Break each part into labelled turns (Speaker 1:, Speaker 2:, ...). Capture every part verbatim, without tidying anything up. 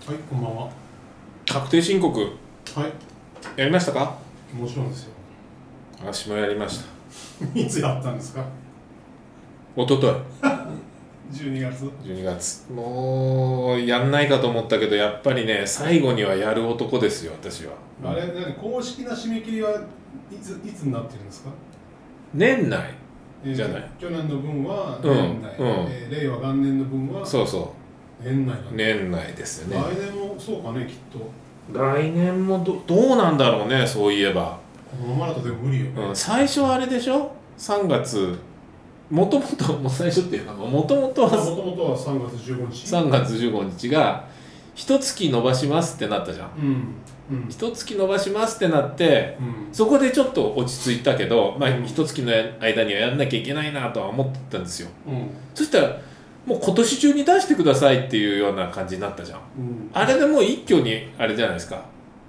Speaker 1: はい、こんばんは。
Speaker 2: 確定申告
Speaker 1: はい、
Speaker 2: やりましたか？
Speaker 1: もちろんですよ。
Speaker 2: 私もやりました。
Speaker 1: いつやったんですか？
Speaker 2: 一昨日
Speaker 1: じゅうにがつ。
Speaker 2: じゅうにがつ、もうやんないかと思ったけど、やっぱりね、最後にはやる男ですよ、私は。
Speaker 1: あれ、何公式な締め切りはいついつになってるんですか？
Speaker 2: 年内
Speaker 1: えー
Speaker 2: じゃない。
Speaker 1: 去年の分は
Speaker 2: うん
Speaker 1: 年内、
Speaker 2: うん
Speaker 1: えー令和元年の分は
Speaker 2: そうそ
Speaker 1: 年内なん
Speaker 2: う、
Speaker 1: で、
Speaker 2: 年内ですよね。
Speaker 1: 来年もそうかね、きっと。
Speaker 2: 来年も ど, どうなんだろうね、そういえば。
Speaker 1: このままだとでも無理よね。
Speaker 2: うん、最初はあれでしょ、さんがつ、もともと、もう最初っていうか、もともとは
Speaker 1: もともとはさんがつじゅうごにち。
Speaker 2: さんがつじゅうごにちが、一月延ばしますってなったじゃん。
Speaker 1: うん。うん。
Speaker 2: 一月延ばしますってなって、
Speaker 1: うん。
Speaker 2: そこでちょっと落ち着いたけど、まあ、
Speaker 1: うん
Speaker 2: 一月の間にはやんなきゃいけないなとは思ってたんですよ。
Speaker 1: うん。
Speaker 2: そしたらもう今年中に出してくださいっていうような感じになったじゃん。
Speaker 1: うん。
Speaker 2: あれでもう一挙にあれじゃないですか。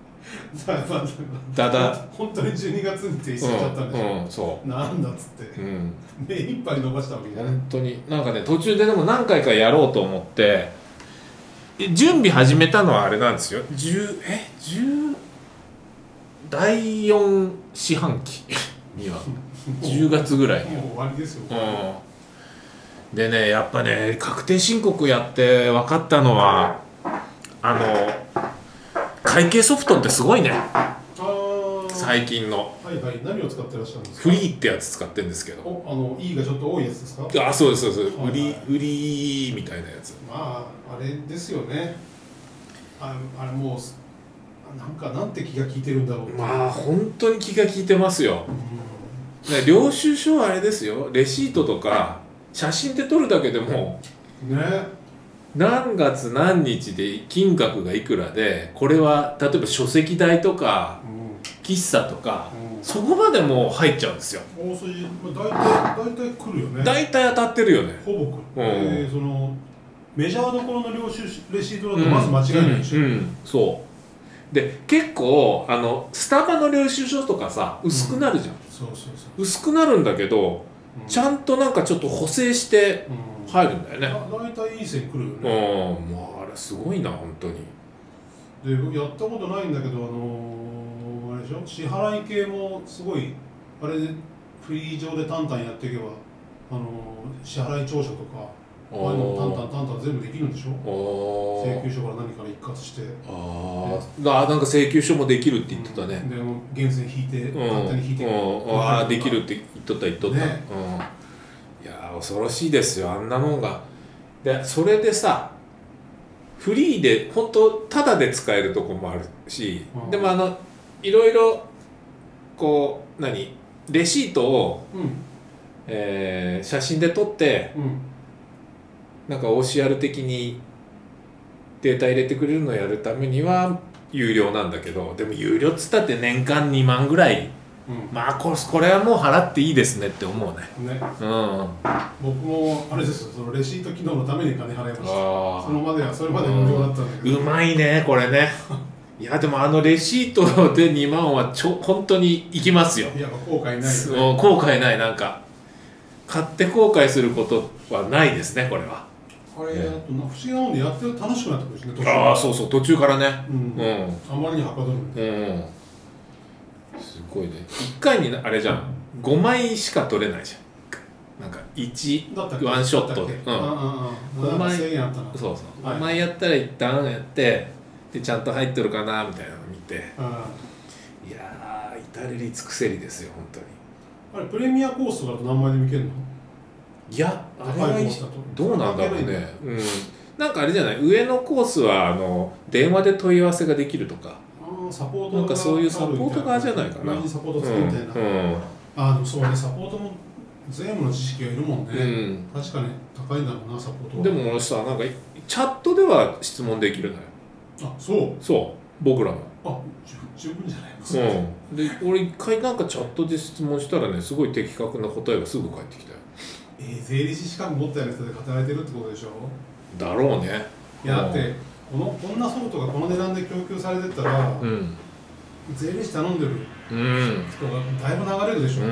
Speaker 2: だだ
Speaker 1: 本当にじゅうにがつに提出しちゃったんでしょ、
Speaker 2: うんうん、そ
Speaker 1: なんだっつって、
Speaker 2: う、うん、
Speaker 1: 目いっぱい伸ばしたわけじゃない。
Speaker 2: 本当になんかね、途中ででも何回かやろうと思って準備始めたのはあれなんですよ。じゅうえじゅうだいよん四半期にはじゅうがつぐらいに、
Speaker 1: もう終わりですよ、
Speaker 2: うん、でね、やっぱね、確定申告やって分かったのは、あの会計ソフトってすごいね。
Speaker 1: あー
Speaker 2: 最近の
Speaker 1: はいはい、何を使ってらっしゃるんですか？
Speaker 2: フリーってやつ使ってるんですけど、
Speaker 1: おあの E がちょっと多いやつですか？
Speaker 2: あ、そうですそうです、
Speaker 1: はいはい
Speaker 2: 売り売りみたいなやつ。
Speaker 1: まああれですよね。ああれもうなんかなんて気が利いてるんだろうって。
Speaker 2: まあ本当に気が利いてますよ。
Speaker 1: う
Speaker 2: ね、領収書はあれですよ、レシートとか写真で撮るだけでも
Speaker 1: んね。
Speaker 2: 何月何日で金額がいくらで、これは例えば書籍代とか
Speaker 1: うん
Speaker 2: 喫茶とか、
Speaker 1: うん
Speaker 2: そこまでもう入っちゃうんですよ。
Speaker 1: 大筋、まあ、大体大体来るよね。
Speaker 2: 大体当たってるよね。
Speaker 1: ほぼ来る、
Speaker 2: うん
Speaker 1: えーそのメジャーどころの領収レシートだとまず間違いないでしょ、
Speaker 2: うんうんうん、そうで、結構あのスタバの領収書とかさ、薄くなるじゃん、
Speaker 1: そうそうそう、
Speaker 2: 薄くなるんだけど、
Speaker 1: うん、
Speaker 2: ちゃんとなんかちょっと補正して
Speaker 1: うん、
Speaker 2: 入るんだよね。
Speaker 1: だ大体いい線来るよ
Speaker 2: うん、
Speaker 1: ね。
Speaker 2: もうあれすごいな本当に。
Speaker 1: で僕やったことないんだけど、あのー、あれでしょ、支払い系もすごいあれでフリー上で淡々やっていけば、あのー、支払い調書とかああいうのも淡々淡々全部できるんでしょ。請求書から何から一括して、
Speaker 2: ああ、なんか請求書もできるって言ってたね。
Speaker 1: でもう源泉引いて、
Speaker 2: うん、
Speaker 1: 勝手に引いて、
Speaker 2: うん、ああできるって言っとった言っとった、
Speaker 1: ね、
Speaker 2: うん、いやー恐ろしいですよ、あんなもんが。でそれでさ、フリーで本当タダで使えるとこもあるし、
Speaker 1: うん、
Speaker 2: でもあのいろいろこう何レシートを、
Speaker 1: うん
Speaker 2: えー写真で撮って
Speaker 1: うん
Speaker 2: なんか オーシーアール 的にデータ入れてくれるのをやるためには有料なんだけど、でも有料っつったって年間にまんぐらい、
Speaker 1: うん、
Speaker 2: まあこれ、これはもう払っていいですねって思うね。
Speaker 1: ね、
Speaker 2: うん、
Speaker 1: 僕もあれですよ、そのレシート機能のために金払いました。
Speaker 2: あ
Speaker 1: そのまではそれまで無料だったんだけど、
Speaker 2: うまいねこれね。いやでもあのレシートでにまんはちょ本当にいきますよ。
Speaker 1: いや後悔ないよ
Speaker 2: そう
Speaker 1: ね。
Speaker 2: 後悔ない。なんか買って後悔することはないですねこれは。
Speaker 1: あれ、あとな不思議なもんでやってると楽しくなってくるしね、途中
Speaker 2: ああそうそう、途中からね。
Speaker 1: うん
Speaker 2: うん、
Speaker 1: あまりにはかどるんで、
Speaker 2: うんすごいね。いっかいにあれじゃん、ごまいしか取れないじゃん。なんかいち
Speaker 1: だったっけ
Speaker 2: ワンショットで、
Speaker 1: だったっけ、うんうんうん、なんか制限あったな。
Speaker 2: そうそう、
Speaker 1: はい
Speaker 2: ごまいやったら一旦やってでちゃんと入ってるかなみたいなの見て、
Speaker 1: うん、あ
Speaker 2: いやー至れり尽くせりですよ本当に。
Speaker 1: れプレミアコースとかだと何枚で見けるの？
Speaker 2: いやあれ
Speaker 1: 高
Speaker 2: はい
Speaker 1: コースだと
Speaker 2: どうなんだろう
Speaker 1: 関係ないん
Speaker 2: ね。うん、なんかあれじゃない、上のコースはあの電話で問い合わせができるとか、
Speaker 1: あーサポートが
Speaker 2: なんかそういうサポート側じゃないかな。
Speaker 1: 上にサポートつくみたいな、
Speaker 2: うん
Speaker 1: あーでもそうね、サポートも税務の知識がいるもんね、
Speaker 2: うん、
Speaker 1: 確かに高いんだろうな、サポートは。
Speaker 2: でも俺さ、なんかチャットでは質問できるのよ。
Speaker 1: あ、そう
Speaker 2: そう僕らも。
Speaker 1: あ、十十分じゃないですか、
Speaker 2: うん、で俺一回なんかチャットで質問したらね、すごい的確な答えがすぐ返ってきたよ。
Speaker 1: えー、税理士資格持ったような人で働いてるってことでしょ。
Speaker 2: だろうね。
Speaker 1: いやだってこのこんなソフトがこの値段で供給されてたら、
Speaker 2: うん、
Speaker 1: 税理士頼んでる
Speaker 2: うん
Speaker 1: 人がだいぶ流れるでしょ、
Speaker 2: うん、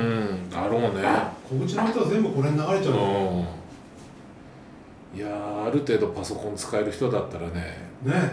Speaker 2: だろうね。
Speaker 1: 小口の人は全部これに流れちゃうの、
Speaker 2: うん、いやーある程度パソコン使える人だったらね、
Speaker 1: ね、
Speaker 2: うん、もう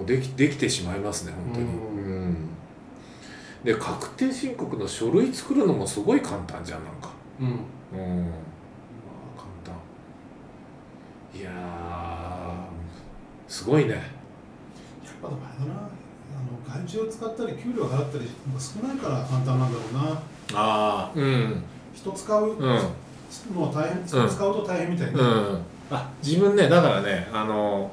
Speaker 2: もうできできてしまいますね本当に、
Speaker 1: うん
Speaker 2: うん、で確定申告の書類作るのもすごい簡単じゃんなんか
Speaker 1: うん、
Speaker 2: うんまあ簡単いやーすごいね
Speaker 1: やっぱあれだな、あの外注を使ったり給料払ったり少ないから簡単なんだろうな。
Speaker 2: ああうん
Speaker 1: 人使う
Speaker 2: うん
Speaker 1: のは大変、人使うと大変みたいな、
Speaker 2: うんあ自分ねだからねあの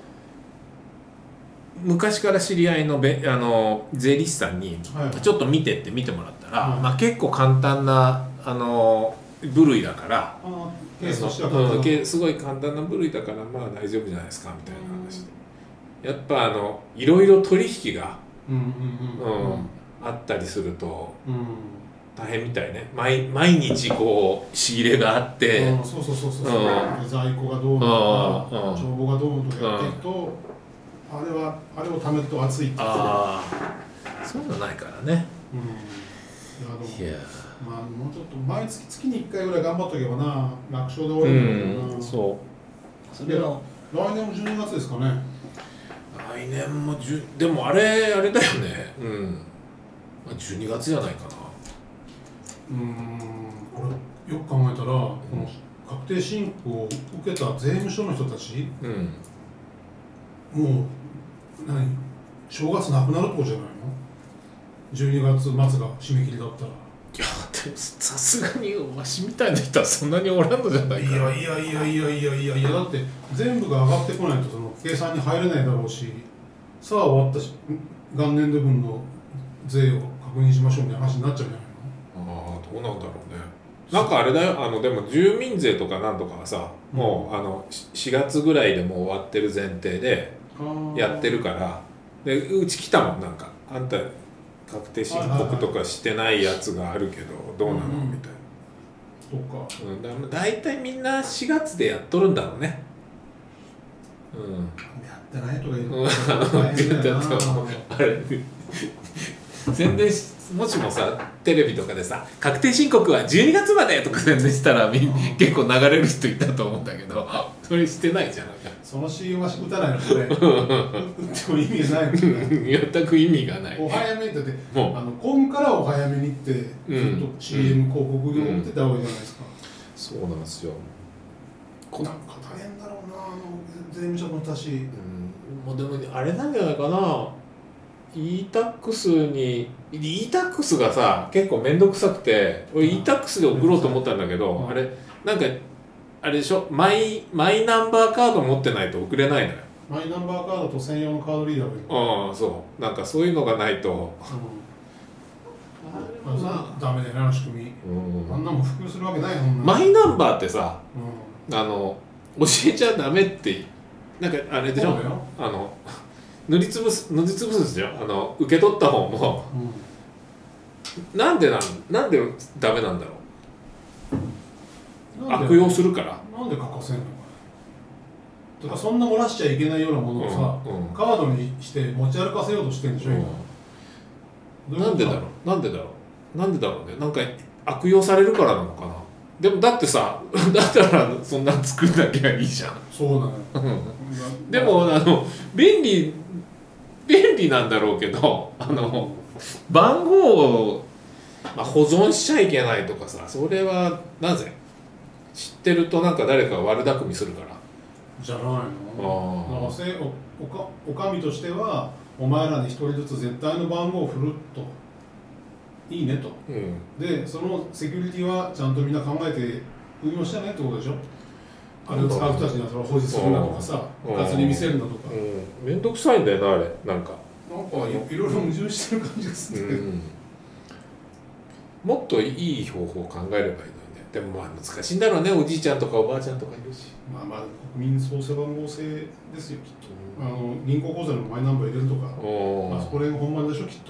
Speaker 2: 昔から知り合いのべあの税理士さんに
Speaker 1: はいはい
Speaker 2: ちょっと見てって見てもらったら、
Speaker 1: はい
Speaker 2: まあ、結構簡単なあの部類だから
Speaker 1: あのケースとしては簡単
Speaker 2: うん
Speaker 1: な、
Speaker 2: けすごい簡単な部類だからまあ大丈夫じゃないですかみたいな話でやっぱあのいろいろ取引が、
Speaker 1: うんうんうん
Speaker 2: うんあったりすると
Speaker 1: うん
Speaker 2: 大変みたいね 毎, 毎日こう仕入れがあって、
Speaker 1: うん、そうそうそうそう、
Speaker 2: うん
Speaker 1: 在庫がどうのとか、
Speaker 2: うん
Speaker 1: 帳簿がどうのとかやっていくと、あれはあれを貯めると熱いって言って
Speaker 2: ああそういうのないからね
Speaker 1: うん、いやでも
Speaker 2: いや
Speaker 1: まあもうちょっと毎月月にいっかいぐらい頑張っとけばな楽勝で終わ
Speaker 2: う
Speaker 1: るんだけどな、
Speaker 2: んそうそれは
Speaker 1: 来年もじゅうにがつですかね。
Speaker 2: 来年もじゅでもあれあれだよねうんまあじゅうにがつじゃないかな
Speaker 1: うーんこれよく考えたら、この確定申告を受けた税務署の人たち、
Speaker 2: うん
Speaker 1: もう何正月なくなるってことじゃないの？じゅうにがつ末が締め切りだったら。
Speaker 2: いやでもさすがにわしみたいな人はそんなにおらんのじゃないかな
Speaker 1: いやいやいやいやいやいやいやだって全部が上がってこないとその計算に入れないだろうし、さあ終わったし元年度分の税を確認しましょうみたいな話になっちゃうんじゃないの？
Speaker 2: ああどうなんだろうねなんかあれだよあのでも住民税とかなんとかはさ、
Speaker 1: うん
Speaker 2: もうあのししがつぐらいでもう終わってる前提でやってるからでうち来たもんなんかあんた確定申告とかしてないやつがあるけどどうなの、
Speaker 1: うんうん
Speaker 2: みたい
Speaker 1: そうか。
Speaker 2: な、うん、だから大体みんなしがつでやっとるんだろうねうん
Speaker 1: やってないとか言
Speaker 2: うん
Speaker 1: うと大変だよな。
Speaker 2: だってあれ宣伝しもしもさテレビとかでさ確定申告はじゅうにがつまでとか宣伝したらみん結構流れる人いたと思うんだけどそれしてないじゃん
Speaker 1: その シーエム は打たないので、打っても意味がないので、
Speaker 2: 全く意味がない
Speaker 1: お早めにだって、
Speaker 2: もう
Speaker 1: あの今からお早めにってずっと シーエム 広告業を打ってたわけじゃないですか。
Speaker 2: そうなんですよ
Speaker 1: なんか大変だろうな、あの税務署の人たち。
Speaker 2: うんもうでもあれなんじゃないかな イータックス に イータックス がさ結構面倒くさくて俺 イータックス で送ろうと思ったんだけど、
Speaker 1: うん、
Speaker 2: あれなんかあれでしょマイマイナンバーカード持ってないと送れないのよ
Speaker 1: マイナンバーカードと専用のカードリーダーがいる。
Speaker 2: ああそうなんかそういうのがないと
Speaker 1: うん、あれはダメだよね、あの仕組み。
Speaker 2: うん
Speaker 1: あんなもん普及するわけないもんな。
Speaker 2: マイナンバーってさ
Speaker 1: うん、
Speaker 2: あの教えちゃダメってなんかあれでしょ
Speaker 1: そうだよ。
Speaker 2: あの塗りつぶす塗りつぶすんですよあの受け取った方も
Speaker 1: うん、
Speaker 2: なんでなんなんでダメなんだろう
Speaker 1: なんで
Speaker 2: 悪用するから
Speaker 1: なんで書かせんのかな。とかそんな漏らしちゃいけないようなものをさ、
Speaker 2: うんうん
Speaker 1: カードにして持ち歩かせようとしてるんでしょ、今。
Speaker 2: うんなんでだろうなんでだろうなんでだろうねなんか悪用されるからなのかなでもだってさだったらそんな作んなきゃいいじゃん
Speaker 1: そうなのよ。
Speaker 2: うんでもあの便利便利なんだろうけどあの番号を、まあ、保存しちゃいけないとかさそれはなぜ知ってるとなんか誰かが悪巧みするから
Speaker 1: じゃないの。
Speaker 2: あー
Speaker 1: だからせおおかお上としてはお前らに一人ずつ絶対の番号を振るといいねと。
Speaker 2: うん
Speaker 1: でそのセキュリティはちゃんとみんな考えて運用してねってことでしょ。あれを使う人たちにはそれを保持するなとかさ、
Speaker 2: うん
Speaker 1: 部活に見せるなとか、
Speaker 2: うん面倒くさいんだよなあれなんか
Speaker 1: なんかいいろいろ矛盾してる感じがする、
Speaker 2: うんもっといい方法を考えればいいのにねでもまあ難しいんだろうねおじいちゃんとかおばあちゃんとかいるし
Speaker 1: まあまあ国民総背番号制ですよきっと。あの銀行口座にもマイナンバー入れるとか、
Speaker 2: お
Speaker 1: まあ、これが本番でしょきっと。
Speaker 2: い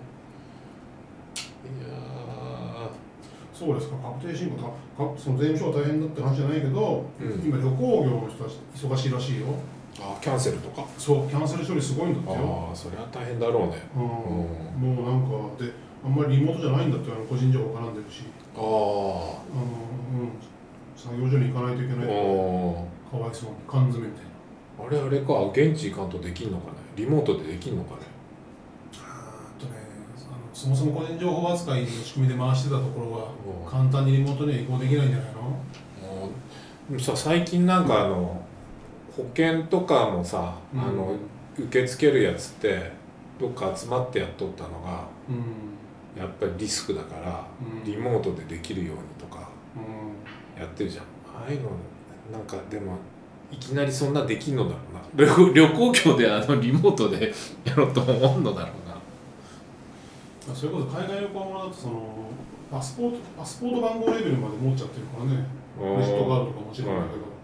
Speaker 2: や
Speaker 1: そうですか、確定申告かかその税務署は大変だって話じゃないけど、
Speaker 2: うん
Speaker 1: 今旅行業の人たち忙しいらしいよ。
Speaker 2: あキャンセルとか
Speaker 1: そうキャンセル処理すごいんだってよ。
Speaker 2: ああそれは大変だろうね
Speaker 1: うん、もうなんかであんまりリモートじゃないんだってあの個人情報絡んでるし、
Speaker 2: あ
Speaker 1: あの、うん、作業所に行かないといけない
Speaker 2: あ
Speaker 1: とかわいそうに缶詰みたいな。
Speaker 2: ああれあれか現地行かんとできんのかねリモートでできんのかね
Speaker 1: あーとねあのそもそも個人情報扱いの仕組みで回してたところは簡単にリモートには移行できないんじゃないの？
Speaker 2: でもさ最近なんかあの保険とかもさ、うん、あの受け付けるやつってどっか集まってやっとったのが、うん、やっぱりリスクだから、うん、リモートでできるようにとかやってるじゃん、ああいうのなんかでもいきなりそんなできんのだろうな 旅, 旅行業であのリモートでやろうと思うのだろう
Speaker 1: な。それこそ海外旅行もだとそのパスポートパスポート番号レベルまで持っちゃってるからね。クレジットカードとかもちろんだけど、はい、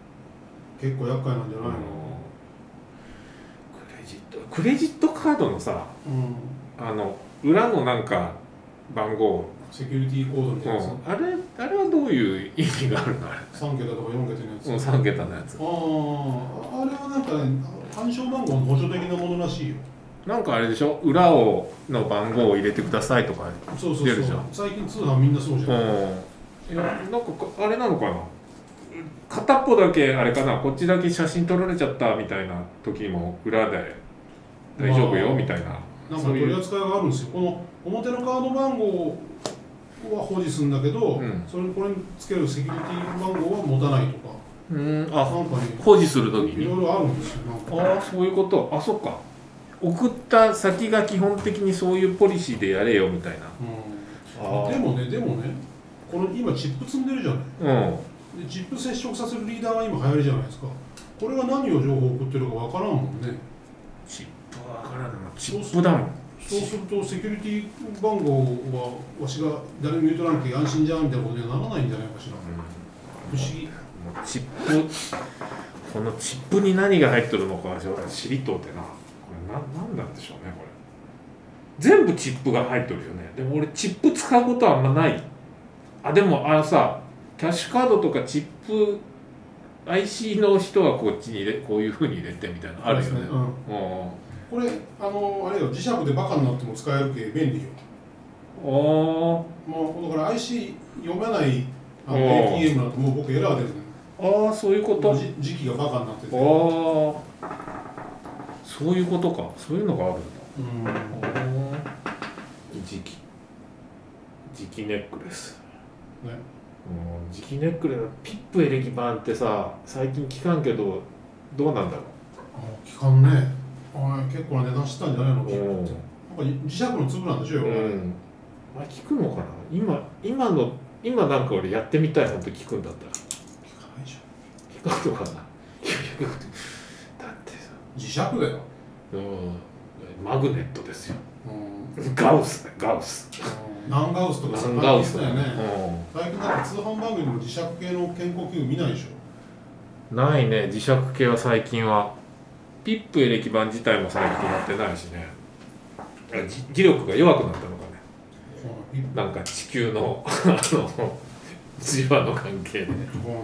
Speaker 1: 結構厄介なんじゃないの？
Speaker 2: クレジットクレジットカードのさ、うん、あの裏のなんか番号
Speaker 1: セキュリティコードみたいなやつ、
Speaker 2: うん、あれあれはどういう意味があるの？あれ
Speaker 1: さん桁とかよん桁のやつ、
Speaker 2: うん、さん桁のやつ。
Speaker 1: あああれはなんかね暗証番号の補助的なものらしいよ。
Speaker 2: なんかあれでしょ、裏をの番号を入れてくださいとか出るじゃん。
Speaker 1: そうそうそう、最近通販みんなそうじゃん。
Speaker 2: うんいやなんかあれなのかな、片っぽだけあれかな、こっちだけ写真撮られちゃったみたいな時も裏で大丈夫よみたいな、
Speaker 1: なんか取り扱いがあるんですよ。この表のカード番号は保持するんだけど、うん、それこれにつけるセキュリティ番号は持たないとか、
Speaker 2: うんあ
Speaker 1: なんか、ね、
Speaker 2: 保持する時に
Speaker 1: いろいろあるんですよ。なんか
Speaker 2: ああそういうこと、あそっか、送った先が基本的にそういうポリシーでやれよみたいな、
Speaker 1: うん、でもねでもねこの今チップ積んでるじゃない、うん、でチップ接触させるリーダーが今流行りじゃないですか。これが何を情報を送ってるかわからんもんね。
Speaker 2: チップわからんのチップだもん。
Speaker 1: そうするとセキュリティ番号はわしが誰も言うとらんけ安心じゃんみたいなことにはならないんじゃないかしら、うん、不思議。
Speaker 2: チップこのチップに何が入ってるのか知りとうてな、これな何なんでしょうね。これ全部チップが入ってるよね。でも俺チップ使うことはあんまない。あでもあのさキャッシュカードとかチップ アイシー の人はこっちに入れこういうふうに入れてみたいなのあるよね。うん、
Speaker 1: これあのあれよ磁石でバカになっても使えるけ便利よ。あもうだから アイシー 読めないあの エーティーエム だともう僕エラー出るね。
Speaker 2: ああそういうこと。
Speaker 1: 時期がバカになってて。ああ
Speaker 2: そういうことか。そういうのがあるんだ。うん。時期時期ネックレス。ね。うん時期ネックレスピップエレキバンってさ最近聞かんけどどうなんだろう。
Speaker 1: あ聞かんね。あ結構な値段したんじゃないの。なんか磁石の粒なんでしょよ。うん。
Speaker 2: あ聞くのかな。今今の今なんか俺やってみたい本当聞くんだったら。
Speaker 1: 聞かないじ
Speaker 2: ゃん。聞くのかな。だってさ
Speaker 1: 磁石だよ。
Speaker 2: うん、マグネットですよ。うん、ガウスね、ガウス。
Speaker 1: ナンガウスとか
Speaker 2: ナンガウス
Speaker 1: だよね。うん、最近なんか通販番組の磁石系の健康器具見ないでし
Speaker 2: ょ。ないね、磁石系は最近は。ピップエレキ板自体も最近やってないしね。磁力が弱くなったのかね。なんか地球のあの磁場の関係で。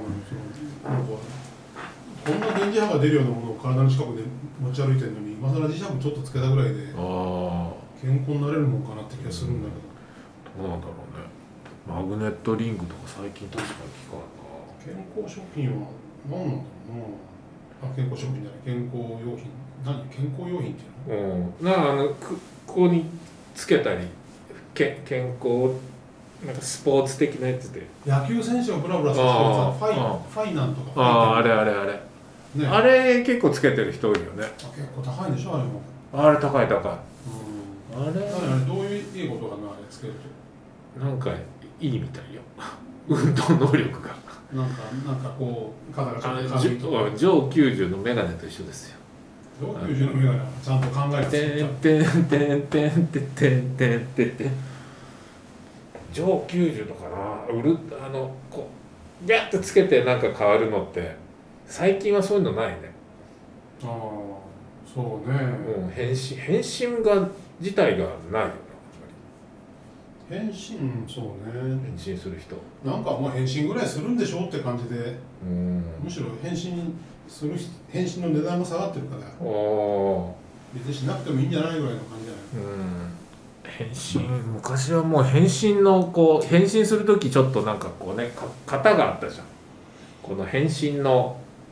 Speaker 1: こんな電磁波が出るようなものを体の近くで持ち歩いてるのに今更磁石ちょっとつけたぐらいで健康になれるもんかなって気がするんだけ
Speaker 2: ど、うん、どうなんだろうね。マグネットリングとか最近確かに聞かん
Speaker 1: な。健康食品は何なんだろうなあ。健康食品じゃない健康用品何健康用品っていうの、
Speaker 2: うん、なあのここにつけたりけ健康なんかスポーツ的なやつで
Speaker 1: 野球選手がブラブラしてるやつはファイファイなんとか
Speaker 2: あああれあれあれ、ね、あれ結構つけてる人多いよね。
Speaker 1: 結構高いんでしょあれも。
Speaker 2: あれ高い高い、うん、
Speaker 1: あれあれどういういいことがなあれつける
Speaker 2: となんかいいみたいよ運動能力が
Speaker 1: なんかなんかこう肩がちょっと
Speaker 2: 軽いとかジョーきゅうじゅうのメガネと一緒ですよ。
Speaker 1: ジョーきゅうじゅうのメガネはちゃんと考えて
Speaker 2: 作ったてんてんてんてんてんてんてんてんてんジョーきゅうじゅうとかな、うるあのこうギャッとつけてなんか変わるのって最近はそういうのないね。
Speaker 1: ああそうね、
Speaker 2: うん、変身変身が自体がないよな。
Speaker 1: 変身、うん、そうね。
Speaker 2: 変身する人
Speaker 1: なんかもう変身ぐらいするんでしょって感じで、うん、むしろ変身する変身の値段が下がってるから別にしなくてもいいんじゃないぐらいの感じじゃない。うん
Speaker 2: 変身昔はもう変身のこう変身する時ちょっとなんかこうね型があったじゃん。この変身の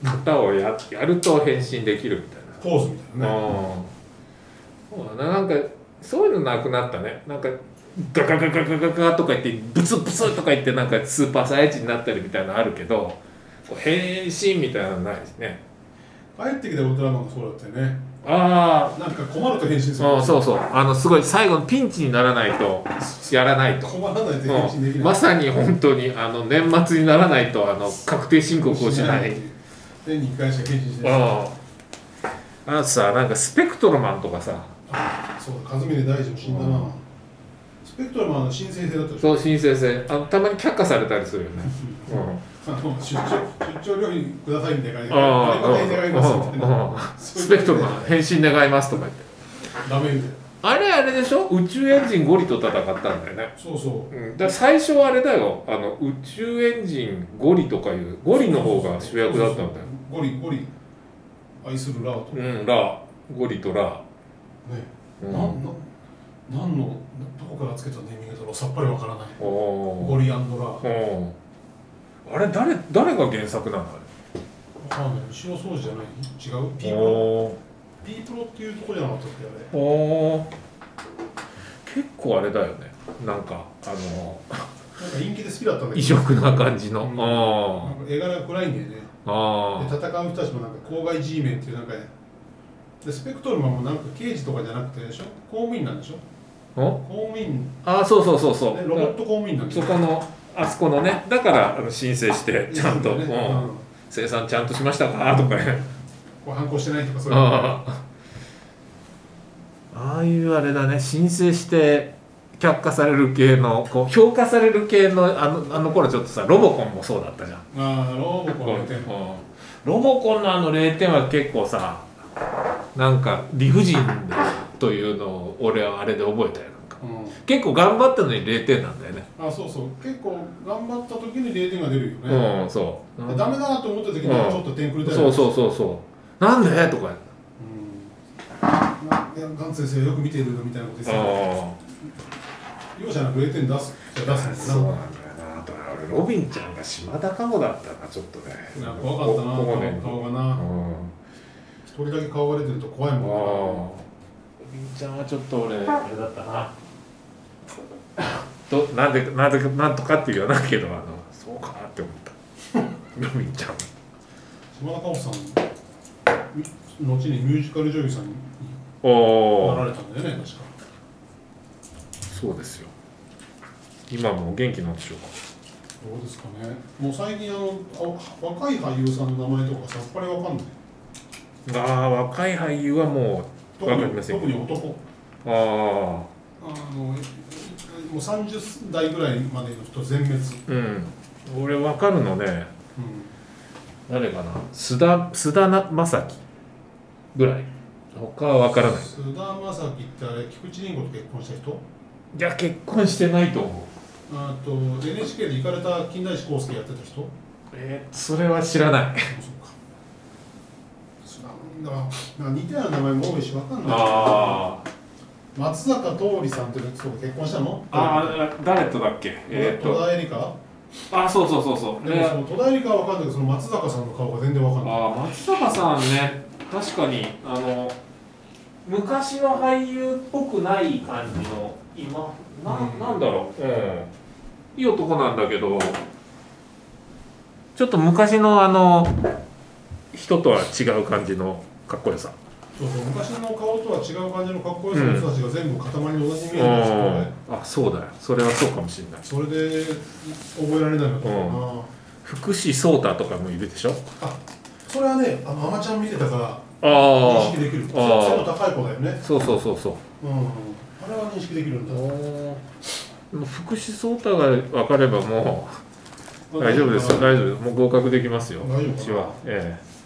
Speaker 2: 型を や, やると変身できるみたいな
Speaker 1: ポーズみたいなね。
Speaker 2: そうだな、なんかそういうのなくなったね。なんかガガガガガガガとか言ってブツブツとか言ってなんかスーパーサイヤ人になったりみたいなのあるけど、こう変身みたいなのないですね。
Speaker 1: 帰ってきたウルトラマンがそうだったよね。
Speaker 2: あ
Speaker 1: なんか困ると変身する。
Speaker 2: あ、そうそう、あのすごい最後のピンチにならないとやらないと。
Speaker 1: 困らないと変身できない。
Speaker 2: まさに本当にあの年末にならないとあの確定申告をしない。
Speaker 1: 年にいっかいしか変身しない。
Speaker 2: ああのさ、なんかスペクトルマンとかさ、
Speaker 1: あ、そうだ、和峰大臣も死んだな。スペクトルマンの申請制だったでしょ。
Speaker 2: そう、申請制、あのたまに却下されたりするよね。
Speaker 1: あの出張出張料品くださいみたいな感じで、
Speaker 2: ああ、
Speaker 1: 願いますみたいな。
Speaker 2: スペクトルマン変身願いますとか言って。
Speaker 1: ダメみたいな。
Speaker 2: あれあれでしょ、宇宙エンジンゴリと戦ったんだよね。
Speaker 1: そうそう。
Speaker 2: うん、だから最初はあれだよ、あの宇宙エンジンゴリとかいうゴリの方が主役だったんだよ。
Speaker 1: ゴリゴリ愛するラーと。
Speaker 2: うん、ラー、ゴリとラー。
Speaker 1: ね、
Speaker 2: うん、
Speaker 1: なんな何のどこからつけたネーミングだろう、さっぱりわからない。
Speaker 2: お
Speaker 1: ゴリアンドラー。
Speaker 2: おあれ誰誰が原作なのあれ。
Speaker 1: わかんない。西尾宗司じゃない？違う？ピープロ。
Speaker 2: お
Speaker 1: ピープロっていうとこじゃなかったっけあれ。
Speaker 2: お結構あれだよね。なんかあの
Speaker 1: なんか陰気で好きだったんだけど。
Speaker 2: 異色な感じの。
Speaker 1: うん、
Speaker 2: あ
Speaker 1: なんか絵柄が暗いんだよね。
Speaker 2: あ
Speaker 1: で戦う人たちもなんか公害 G メンっていうなんかでスペクトルマンもなんか刑事とかじゃなくてでしょ、公務員なんでしょ。
Speaker 2: お
Speaker 1: 公務員、
Speaker 2: ああ、そうそうそうそう、
Speaker 1: ね、ロボット公務員なんで
Speaker 2: そこのあそこのね、だからあの申請してちゃんと、
Speaker 1: ね、
Speaker 2: うん
Speaker 1: うん、
Speaker 2: 生産ちゃんとしましたかとかね。
Speaker 1: こう反抗してないとかそういう
Speaker 2: ああああいうあれだね、申請して却下される系のこう評価される系のあのあの頃ちょっとさ、ロボコンもそうだったじゃん。
Speaker 1: ああ、ロボコンの点。
Speaker 2: うんロボコンのあのれいてんは結構さ、なんか理不尽というのを俺はあれで覚えたよ。なんか
Speaker 1: うん、
Speaker 2: 結構頑張ったのにれいてんなんだよね。
Speaker 1: あ、そうそう、結構頑張った時にれいてんが出るよね。
Speaker 2: うん、そう。
Speaker 1: ダメだなと思った時にちょっと点くれたり、
Speaker 2: そうそうそうそうなんでとか。
Speaker 1: うん、ないやガンツ先生よく見てるみたいなことですよ。容赦なくれいてん出すじゃ出すんだ
Speaker 2: そうなんだよな。あと俺ロビンちゃんが島田加穂だったな、ちょっとね。
Speaker 1: いや怖かったな、顔顔がな。一人だけ顔が出てると怖いもんな。
Speaker 2: ロビンちゃんはちょっと俺あれだったな。となんでなんでなんとかって言わないけど、あのそうかって思ったロビンちゃん。
Speaker 1: 島田加穂さん後にミュージカル女優さんに
Speaker 2: お
Speaker 1: なられたんだよね、確か。
Speaker 2: そうですよ。今もお元気なんでしょうか。
Speaker 1: どうですかね。もう最近あのあ若い俳優さんの名前とかさっぱりわかんない。
Speaker 2: ああ、若い俳優はもうわかりません。
Speaker 1: 特に男。
Speaker 2: ああ。
Speaker 1: あのもうさんじゅっだいぐらいまでの人全滅。
Speaker 2: うん。俺わかるのね。
Speaker 1: うん、
Speaker 2: 誰かな。須田須田将暉ぐらい。他はわからない。
Speaker 1: 須田将暉ってあれ菊池凛子と結婚した人？
Speaker 2: いや結婚してないと思う。
Speaker 1: あと エヌエイチケー で行かれた金田一耕助やってた人？
Speaker 2: えー、それは知らない。
Speaker 1: そうか。だから似たような名前も多いし分かんない。
Speaker 2: ああ。
Speaker 1: 松坂桃李さんっていう人と結婚したの？
Speaker 2: ああ、誰とだっけ？
Speaker 1: えー、戸田恵梨香？
Speaker 2: あ、そうそうそうそう。
Speaker 1: でもその戸田恵梨香は分かんないけど、その松坂さんの顔が全然分かんない。
Speaker 2: ああ、松坂さんね、確かにあの昔の俳優っぽくない感じの今な、うん、なんだろう、うん、いい男なんだけど、ちょっと昔のあの人とは違う感じのかっこよさ。
Speaker 1: そうそう、昔の顔とは違う感じのかっこよさの人たちが全部塊に同じに見えるんですよね。
Speaker 2: あ、そうだよ。それはそうかもしれない。
Speaker 1: それで覚えられないのかな、うん、
Speaker 2: 福士蒼太とかもいるでしょ。
Speaker 1: あ、それはね、あのアマちゃん見てたから
Speaker 2: 認
Speaker 1: 識できる。背の高い子だよね。
Speaker 2: そうそうそうそう。
Speaker 1: うん、あれは認識できるんだ。
Speaker 2: 福士蒼太が分かればもう大丈夫ですよ。大丈夫です。もう合格できますよ。
Speaker 1: 大丈夫
Speaker 2: うちは。ええ。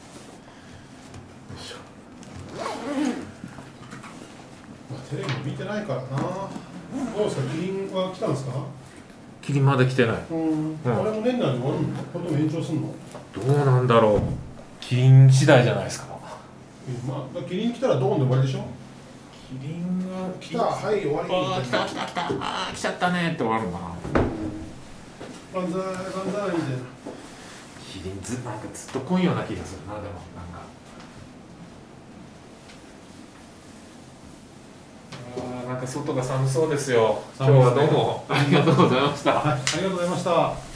Speaker 1: テレビ見てないからな。どうですか、キリンは来たんですか？
Speaker 2: キリンまだ来てない。
Speaker 1: うん。あれも年内で終わるの？これとも延長するの？
Speaker 2: どうなんだろう。キリン次第じゃないですか。
Speaker 1: まあ、キリン来たらドーンで終わりでしょ？
Speaker 2: キリンが
Speaker 1: 来た、はい、終わり。
Speaker 2: ああ、来た来た来た。ああ、来ちゃったねって終わるのかな。
Speaker 1: 万歳万歳みたいな。
Speaker 2: キリンずなんかずっと来んような気がするな。でもなんかあーなんか外が寒そうですよ。今日はどうもありがとうございました。
Speaker 1: はい、ありがとうございました。